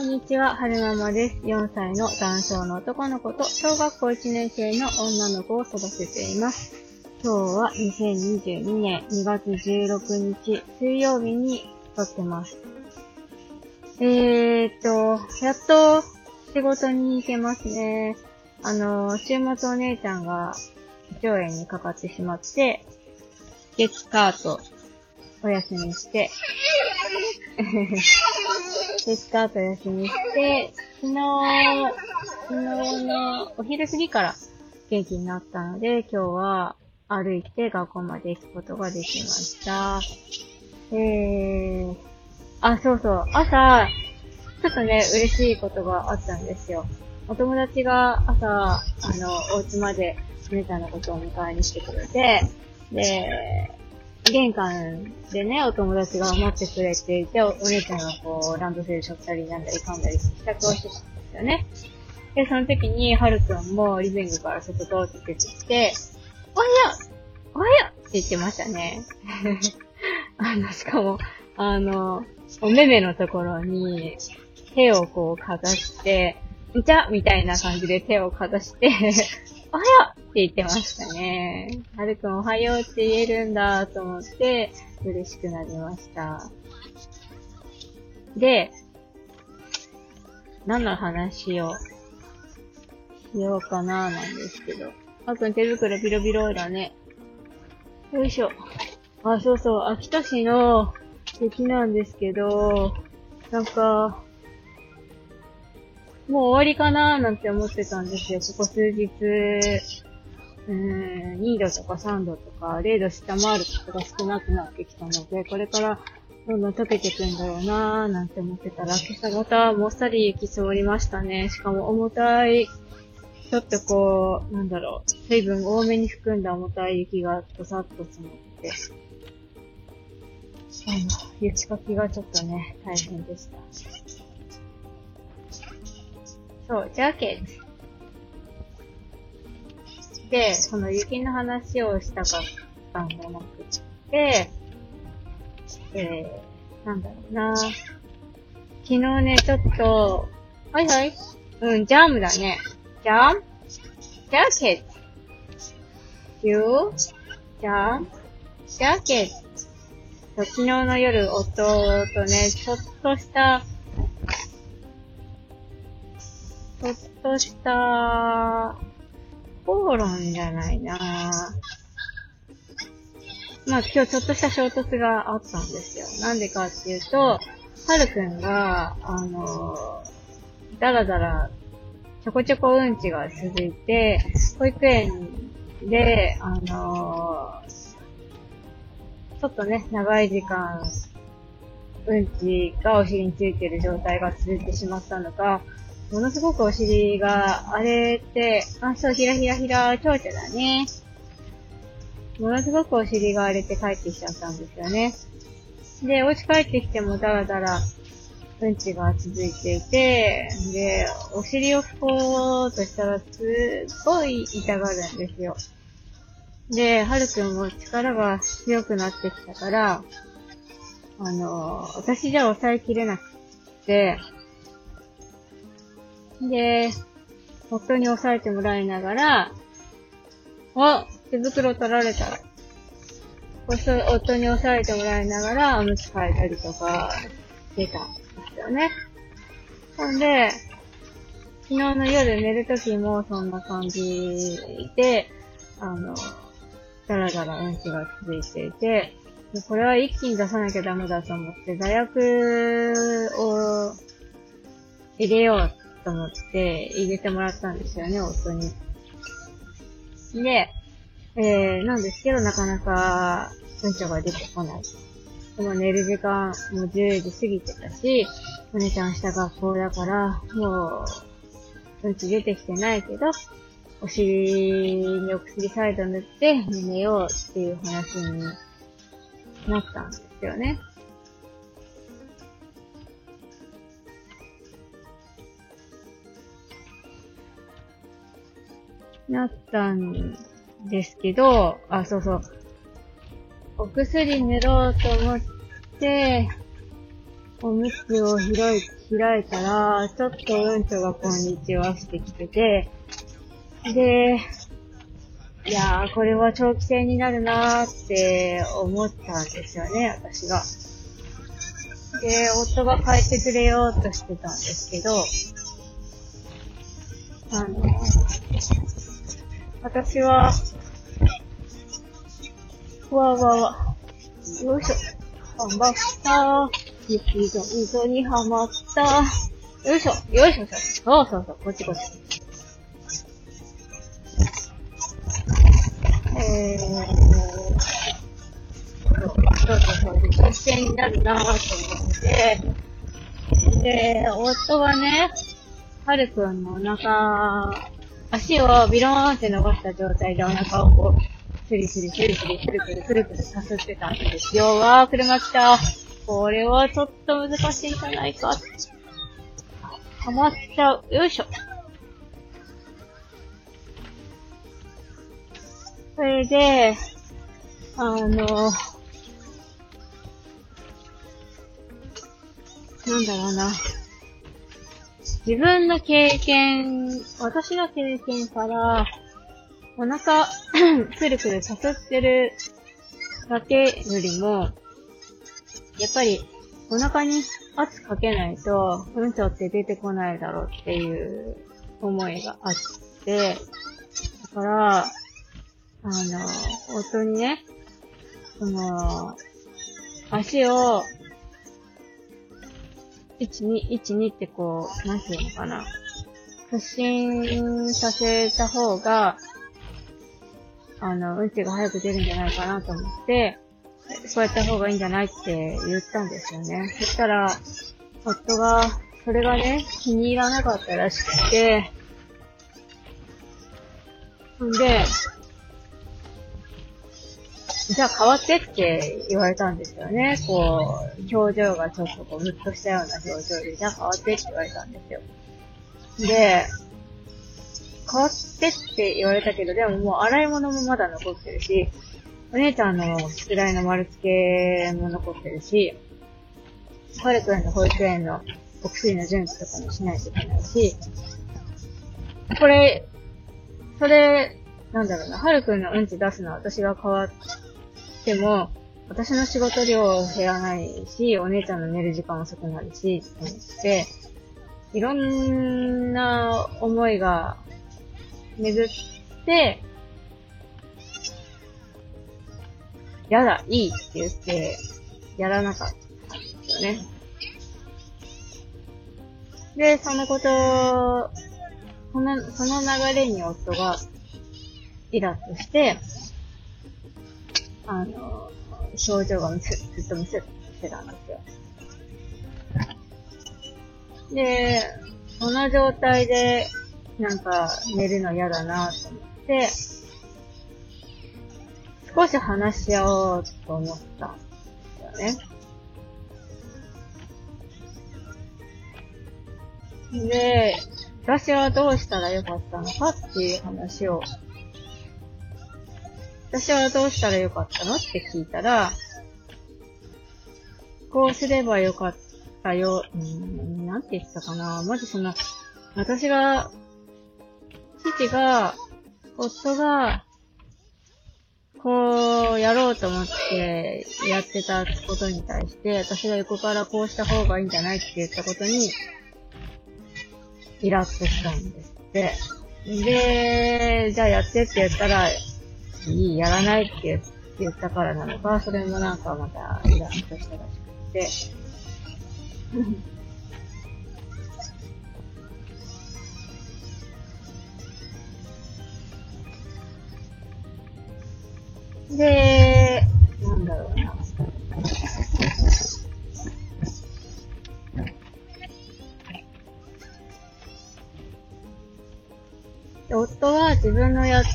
こんにちは、はるままです。4歳の男性の男の子と小学校1年生の女の子を育てています。今日は2022年2月16日水曜日に撮ってます。やっと仕事に行けますね。週末お姉ちゃんが胃腸炎にかかってしまって、月火とお休みして、月火とお休みして、昨日のお昼過ぎから元気になったので、今日は歩いて学校まで行くことができました。そうそう、朝、ちょっとね、嬉しいことがあったんですよ。お友達が朝、お家までお姉ちゃんのことを迎えに来てくれて、で、玄関でね、お友達が待ってくれていて、お姉ちゃんがこう、ランドセルしょったりなんだりかんだり支度をしてたんですよね。で、その時に、はるくんもリビングから外通って出てきて、おはよって言ってましたね。しかも、お目目のところに、手をこうかざして、じゃみたいな感じで手をかざして、おはよって言ってましたね。はるくんおはようって言えるんだと思って、嬉しくなりました。で、何の話をしようかななんですけど。はるくん手袋ビロビロだね。よいしょ。そうそう、秋田市の雪なんですけど、なんか、もう終わりかなーなんて思ってたんですよ。ここ数日、2度とか3度とか0度下回ることが少なくなってきたので、これからどんどん溶けていくんだろうなーなんて思ってたら、今朝またもっさり雪積もりましたね。しかも重たい、ちょっとこう、水分多めに含んだ重たい雪がどさっと積もって、雪かきがちょっとね、大変でした。そう、ジャケット。で、その雪の話をしたかったんじゃなくて、昨日ね、ちょっと、ジャムだね。ジャケット。ジャケット。昨日の夜、夫とね、ちょっとした口論じゃないなまあ今日ちょっとした衝突があったんですよ。なんでかっていうと、はるくんが、だらだら、ちょこちょこうんちが続いて、保育園で、ちょっとね、長い時間、うんちがお尻についている状態が続いてしまったのか、ものすごくお尻が荒れて、ひらひらひら、蝶々だね。ものすごくお尻が荒れて帰ってきちゃったんですよね。で、お家帰ってきてもだらだら、うんちが続いていて、で、お尻を拭こうとしたらすっごい痛がるんですよ。で、はるくんも力が強くなってきたから、私じゃ抑えきれなくて、で、夫に押さえてもらいながら、手袋取られた。夫に押さえてもらいながら、おむつ替えたりとか、してたんですよね。ほんで、昨日の夜寝るときもそんな感じで、だらだらうんちが続いていて、これは一気に出さなきゃダメだと思って、座薬を入れようと思って入れてもらったんですよね、夫に。で、なんですけどなかなかうんちが出てこない。でも寝る時間もう10時過ぎてたし、お姉ちゃん明日学校だから、もう、うんち出てきてないけど、お尻にお薬サイド塗って寝ようっていう話になったんですよね。なったんですけど、そうそう。お薬塗ろうと思って、 おむつを開いたら、ちょっとうんちょがこんにちはしてきてて、で、いやー、これは長期戦になるなーって思ったんですよね、私が。で、夫が帰ってくれようとしてたんですけど、私は、よいしょ。頑張った。雪が溝にはまった。よいしょ。そう、こっち。実践になるなぁと思って。で、夫がね、はるくんのお腹、足をビローンって伸ばした状態でお腹をこう、くるくるさすってたんですよ。わー、車来た。これはちょっと難しいんじゃないか。はまっちゃう。よいしょ。それで、なんだろうな。自分の経験、私の経験から、お腹、くるくるさすってるだけよりも、やっぱり、お腹に圧かけないと、うんちょって出てこないだろうっていう思いがあって、だから、夫にね、足を、1、2ってこう、なんていうのかな。屈伸させた方が、うんちが早く出るんじゃないかなと思って、そうやった方がいいんじゃないって言ったんですよね。そしたら、夫が、それがね、気に入らなかったらしくて、んで、じゃあ変わってって言われたんですよね。こう、表情がちょっとこう、ムッとしたような表情で、じゃあ変わってって言われたんですよ。で、変わってって言われたけど、でももう洗い物もまだ残ってるし、お姉ちゃんの宿題の丸付けも残ってるし、はるくんの保育園のお薬の準備とかもしないといけないし、それ、なんだろうな、はるくんのうんち出すのは私が変わっても、私の仕事量減らないし、お姉ちゃんの寝る時間遅くなるし、と思って、いろんな思いが巡って、やだ、いいって言って、やらなかったんですよね。で、その流れに夫がイラッとして、表情がずっとむすっとしてたんですよ。で、その状態で、なんか寝るの嫌だなと思って、少し話し合おうと思ったんですよね。で、私はどうしたらよかったのかっていう話を、私はどうしたらよかったのって聞いたら、こうすればよかったよ、なんて言ってたかな。まず夫が、こう、やろうと思ってやってたことに対して、私が横からこうした方がいいんじゃないって言ったことに、イラッとしたんですって。で、じゃあやってって言ったら、やらないって言ったからなのか、それもなんかまたイラッとしたらしくて。で、なんだろうな。夫が自分のやって、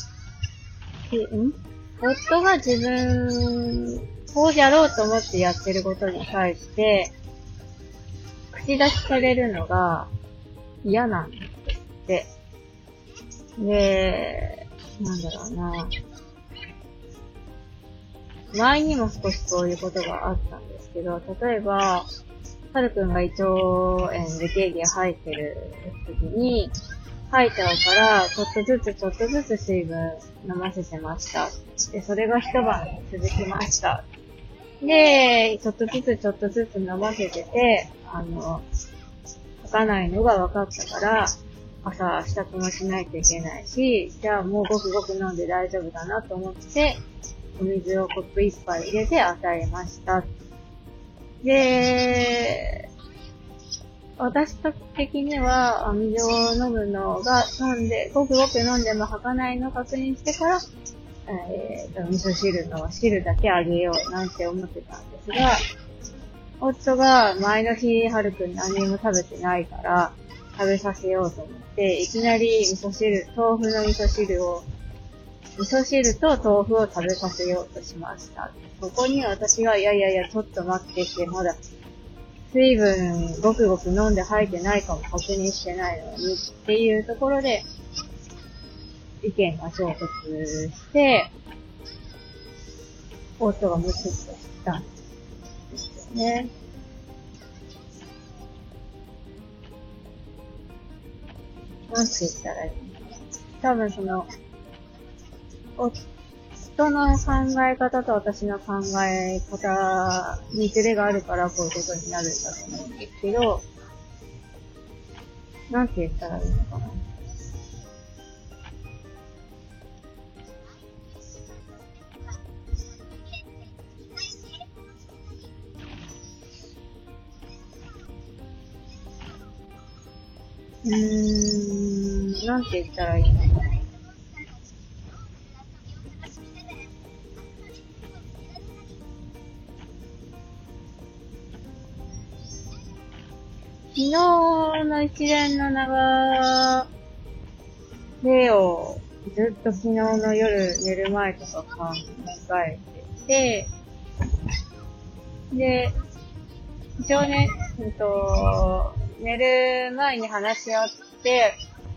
夫が自分、こうやろうと思ってやってることに対して、口出しされるのが嫌なんですって。で、なんだろうな。 前にも少しそういうことがあったんですけど、例えば、はるくんが胃腸炎でゲーゲー吐いてる時に、吐いちゃうから、ちょっとずつ水分飲ませてました。で、それが一晩続きました。で、ちょっとずつ飲ませてて、吐かないのが分かったから、朝支度もしないといけないし、じゃあもうごくごく飲んで大丈夫だなと思って、お水をコップ一杯入れて与えました。で、私的には、水を飲むのがごくごく飲んでも吐かないのを確認してから、味噌汁の汁だけあげようなんて思ってたんですが、夫が前の日、はるくん何も食べてないから、食べさせようと思って、いきなり豆腐の味噌汁と豆腐を食べさせようとしました。そこに私が、いや、ちょっと待ってって、まだ、水分ごくごく飲んで吐いてないかも確認してないのにっていうところで、意見が衝突して、夫がムスッとしたんですよね。なんて言ったらいいの？多分夫の考え方と私の考え方にズレがあるからこういうことになるんだと思うんですけど、なんて言ったらいいのかな。なんて言ったらいいのかな。昨日の一連の流れをずっと昨日の夜寝る前とか考えてて、で、一応ね、寝る前に話し合って、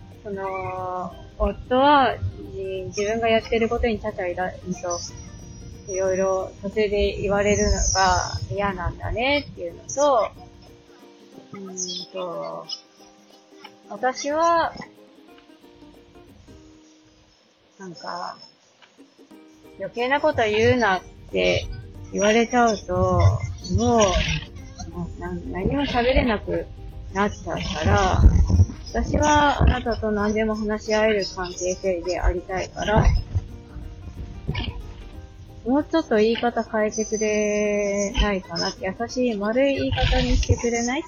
夫は自分がやってることにいろいろ途中で言われるのが嫌なんだねっていうのと、私は、余計なこと言うなって言われちゃうと、何も喋れなくなっちゃうから、私はあなたと何でも話し合える関係性でありたいから、もうちょっと言い方変えてくれないかなって、優しい丸い言い方にしてくれない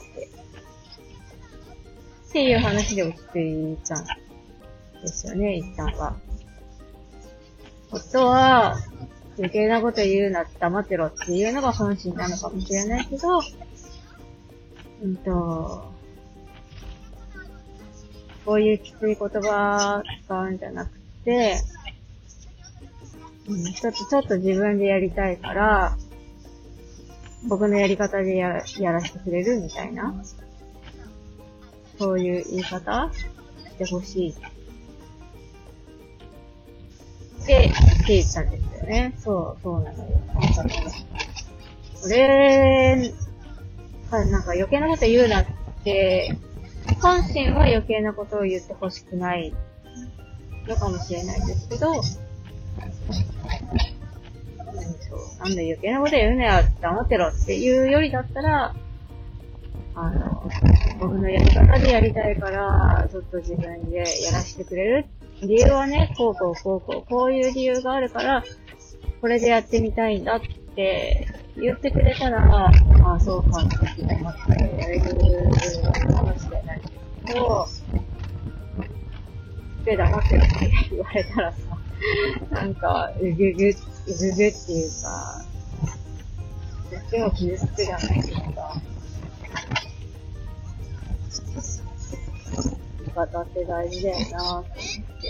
っていう話で落ち着いたんですよね、一旦は。夫は、余計なこと言うなって黙ってろっていうのが本心なのかもしれないけど、こういうきつい言葉使うんじゃなくて、ちょっと自分でやりたいから、僕のやり方でやらせてくれるみたいな。そういう言い方してほしい。って言ったんですよね。そうなのよ。余計なこと言うなって、本心は余計なことを言ってほしくないのかもしれないんですけど、なんで余計なこと言うなよ、黙ってろっていうよりだったら、僕のやり方でやりたいから、ちょっと自分でやらせてくれる？理由はね、こういう理由があるから、これでやってみたいんだって言ってくれたら、そうかって思ってやれるかもしれないけど、で、黙ってるって言われたらさ、うぐぐっていうか、とっても傷つくじゃないですか。方って大事だよなぁと思って。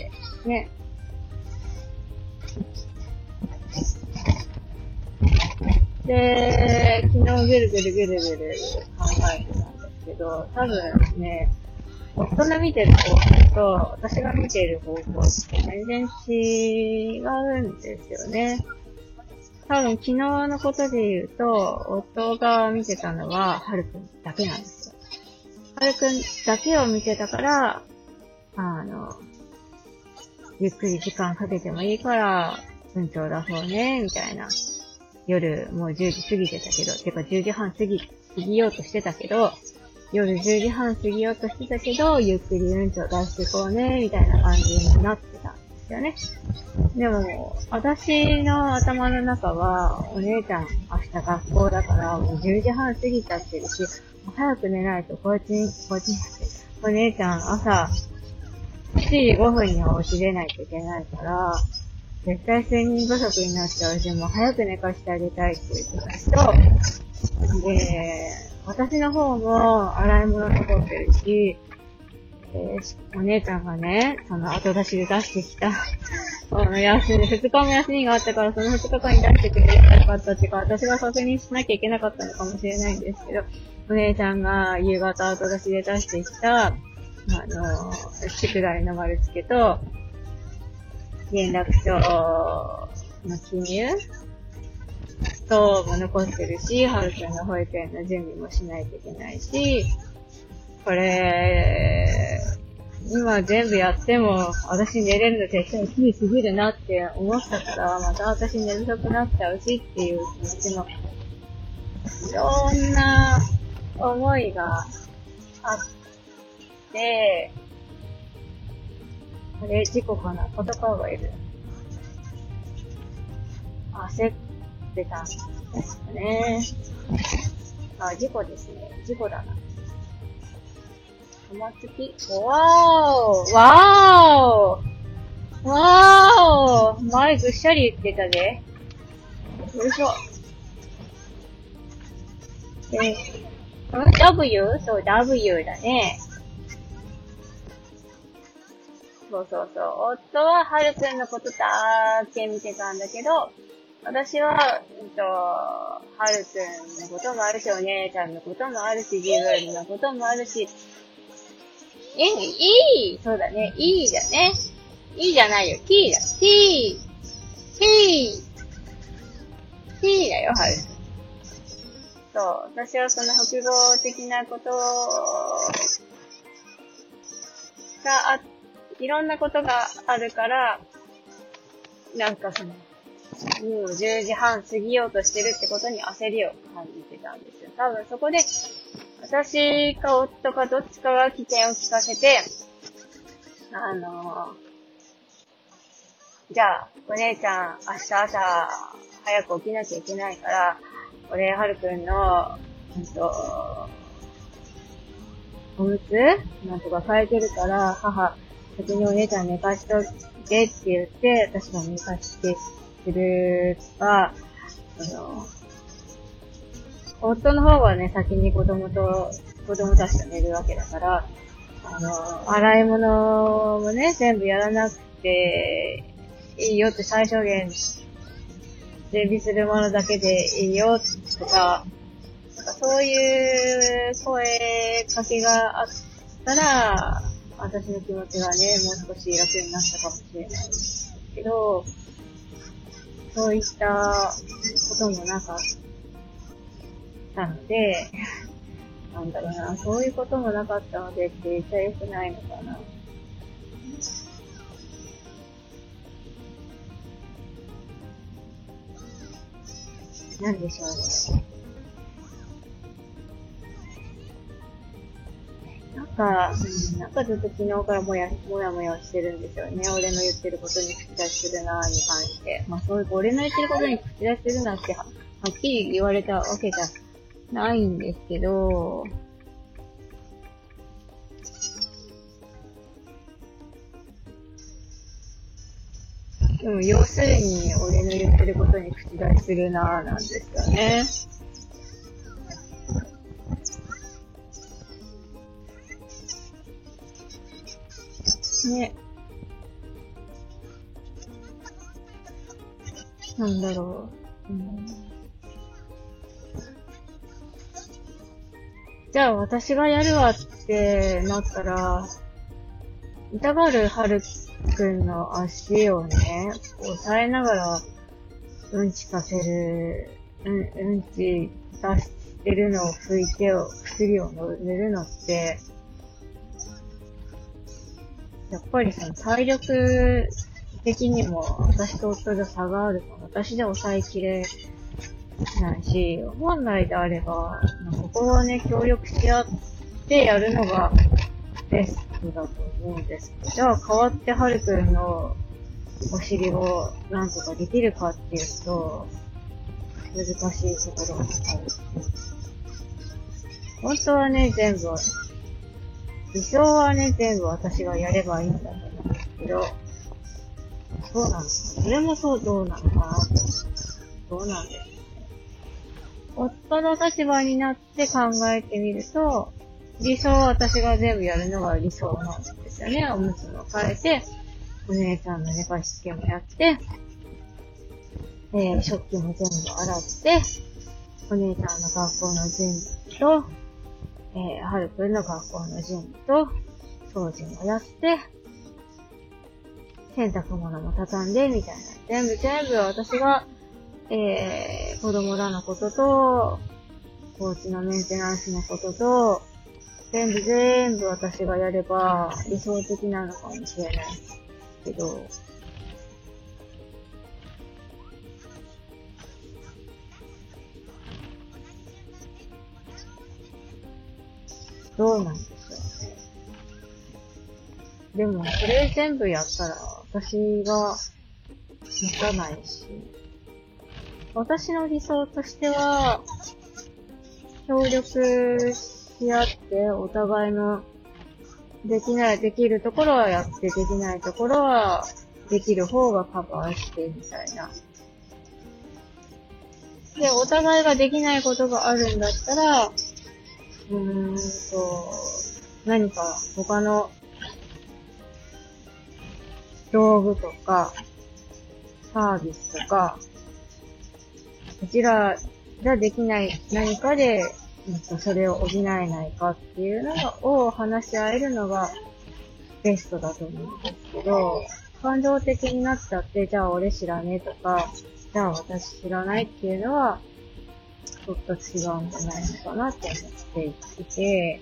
ね。で、昨日ぐるぐる考えてたんですけど、多分ね、夫の見てる方向と私が見ている方向って全然違うんですよね。 多分昨日のことで言うと、夫が見てたのは、はるくんだけなんですよ。はるくんだけを見てたから、ゆっくり時間かけてもいいから、うんちを出そうね、みたいな。夜、もう10時過ぎてたけど、てか10時半過ぎようとしてたけど、夜10時半過ぎようとしてたけど、ゆっくりうんちを出していこうね、みたいな感じになってたんですよね。でも、私の頭の中は、お姉ちゃん明日学校だから、もう10時半過ぎちゃってるし、早く寝ないと、こっちにって、お姉ちゃん朝、7時5分には起きれないといけないから、絶対睡眠不足になっちゃうし、もう早く寝かしてあげたいっていう人と、で、私の方も洗い物残ってるし、お姉ちゃんがね、その後出しで出してきた、2日も休みがあったから、その2日間に出してくれなかったっていうか、私が確認しなきゃいけなかったのかもしれないんですけど、お姉ちゃんが夕方後出しで出してきた、宿題の丸付けと、連絡書の記入とも残ってるし、はるくんの保育園の準備もしないといけないし、これ、今全部やっても、私寝れるの絶対きりすぎるなって思ったから、また私寝不足になっちゃうしっていう気持ちの、いろんな思いがあって、あれ、事故かな？パトカーがいる。焦ってたんですかね。事故ですね。事故だな。玉突き？わーお前ぐっしゃり言ってたぜ。よいしょ。W？ そう、W だね。そう。夫ははるくんのことだけ見てたんだけど、私は、はるくんのこともあるし、お姉ちゃんのこともあるし、自分のこともあるし、そうだね、だね。じゃないよ、T だ。T だよ、はるくん。そう、私はその複合的なことがいろんなことがあるから、なんかもう10時半過ぎようとしてるってことに焦りを感じてたんですよ。多分そこで、私か夫かどっちかが起点を聞かせて、じゃあ、お姉ちゃん明日朝早く起きなきゃいけないから、俺、はるくんの、おむつなんとか変えてるから、母、先にお姉ちゃん寝かしといてって言って、私が寝かしてするとか、夫の方はね、先に子供たちと寝るわけだから、洗い物もね、全部やらなくていいよって最小限準備するものだけでいいよとか、そういう声かけがあったら、私の気持ちがね、もう少し楽になったかもしれないですけど、そういったこともなかったので、なんだろうな、そういうこともなかったのでって言っちゃ良くないのかな。なんでしょうね。なんかずっと昨日からもやしてるんですよね。俺の言ってることに口出しするなーに関して。そういう、俺の言ってることに口出しするなってはっきり言われたわけじゃないんですけど、でも要するに俺の言ってることに口出しするなーなんですよね。ね。なんだろう。じゃあ私がやるわってなったら、痛がるはるくんの足をね、押さえながらうんちかせる、うんち出してるのを拭いて薬を塗るのって、やっぱりその体力的にも私と夫と差があるから、私で抑えきれないし、本来であれば、ここはね、協力し合ってやるのがベストだと思うんですけど、じゃあ代わってはるくんのお尻をなんとかできるかっていうと、難しいところがある。本当はね、理想はね、全部私がやればいいんだと思うんですけど、そうなのか。それもどうなのかなと。どうなんですかね。夫の立場になって考えてみると、理想は私が全部やるのが理想なんですよね。おむつも変えて、お姉ちゃんの寝かしつけもやって、食器も全部洗って、お姉ちゃんの学校の準備と、はるくんの学校の準備と、掃除もやって、洗濯物も畳んで、みたいな。全部私が、子供らのことと、お家のメンテナンスのことと、全部私がやれば理想的なのかもしれないけど、どうなんでしょうね。でも、それ全部やったら、私が持たないし、私の理想としては、協力し合って、お互いのできるところはやって、できないところは、できる方がカバーして、みたいな。で、お互いができないことがあるんだったら、何か他の道具とか、サービスとか、こちらじゃできない何かで、それを補えないかっていうのを話し合えるのがベストだと思うんですけど、感情的になっちゃって、じゃあ俺知らねえとか、じゃあ私知らないっていうのは、ちょっと違うんじゃないのかなって思っていて、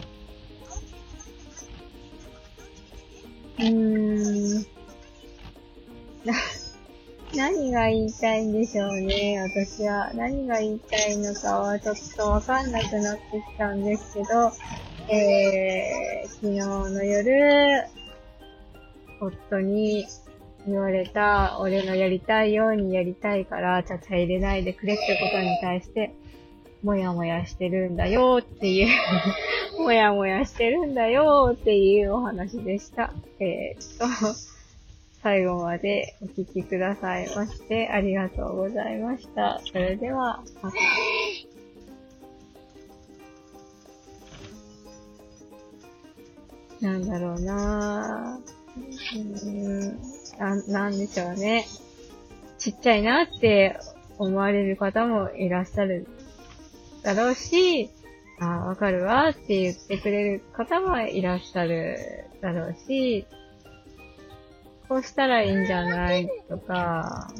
何が言いたいんでしょうね、私は。何が言いたいのかはちょっとわかんなくなってきたんですけど、昨日の夜、夫に言われた、俺のやりたいようにやりたいから、ちゃちゃ入れないでくれってことに対して、もやもやしてるんだよっていうもやもやしてるんだよっていうお話でした。最後までお聞きくださいましてありがとうございました。それでは、また。なんだろうなぁ。なんでしょうね。ちっちゃいなって思われる方もいらっしゃるだろうし、わかるわって言ってくれる方もいらっしゃるだろうし、こうしたらいいんじゃないとか、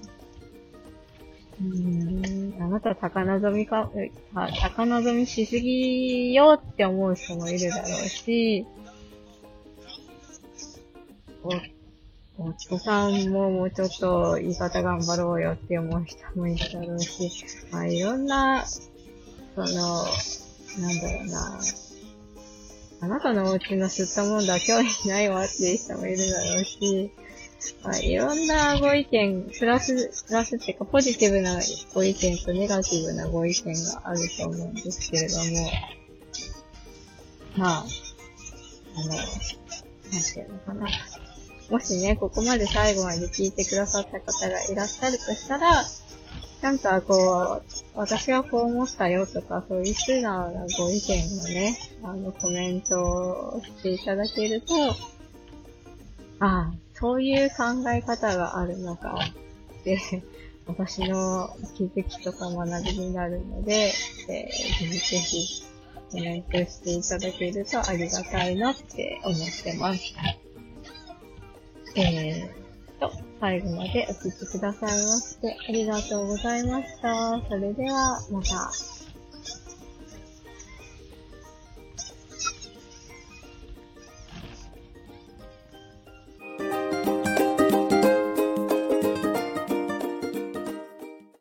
あなた高望みしすぎよって思う人もいるだろうし、夫さんももうちょっと言い方頑張ろうよって思う人もいるだろうし、いろんな、なんだろうな、あなたのお家の吸ったもんだ興味ないわっていう人もいるだろうし、いろんなご意見、プラスっていうかポジティブなご意見とネガティブなご意見があると思うんですけれども、なんていうのかな。もしね、ここまで最後まで聞いてくださった方がいらっしゃるとしたら、なんか私はこう思ったよとか、そういう素直なご意見をね、コメントをしていただけると、そういう考え方があるのかって、私の気づきとか学びになるので、ぜひコメントしていただけるとありがたいなって思ってます。 最後までお聞きくださいましてありがとうございました。それではまた。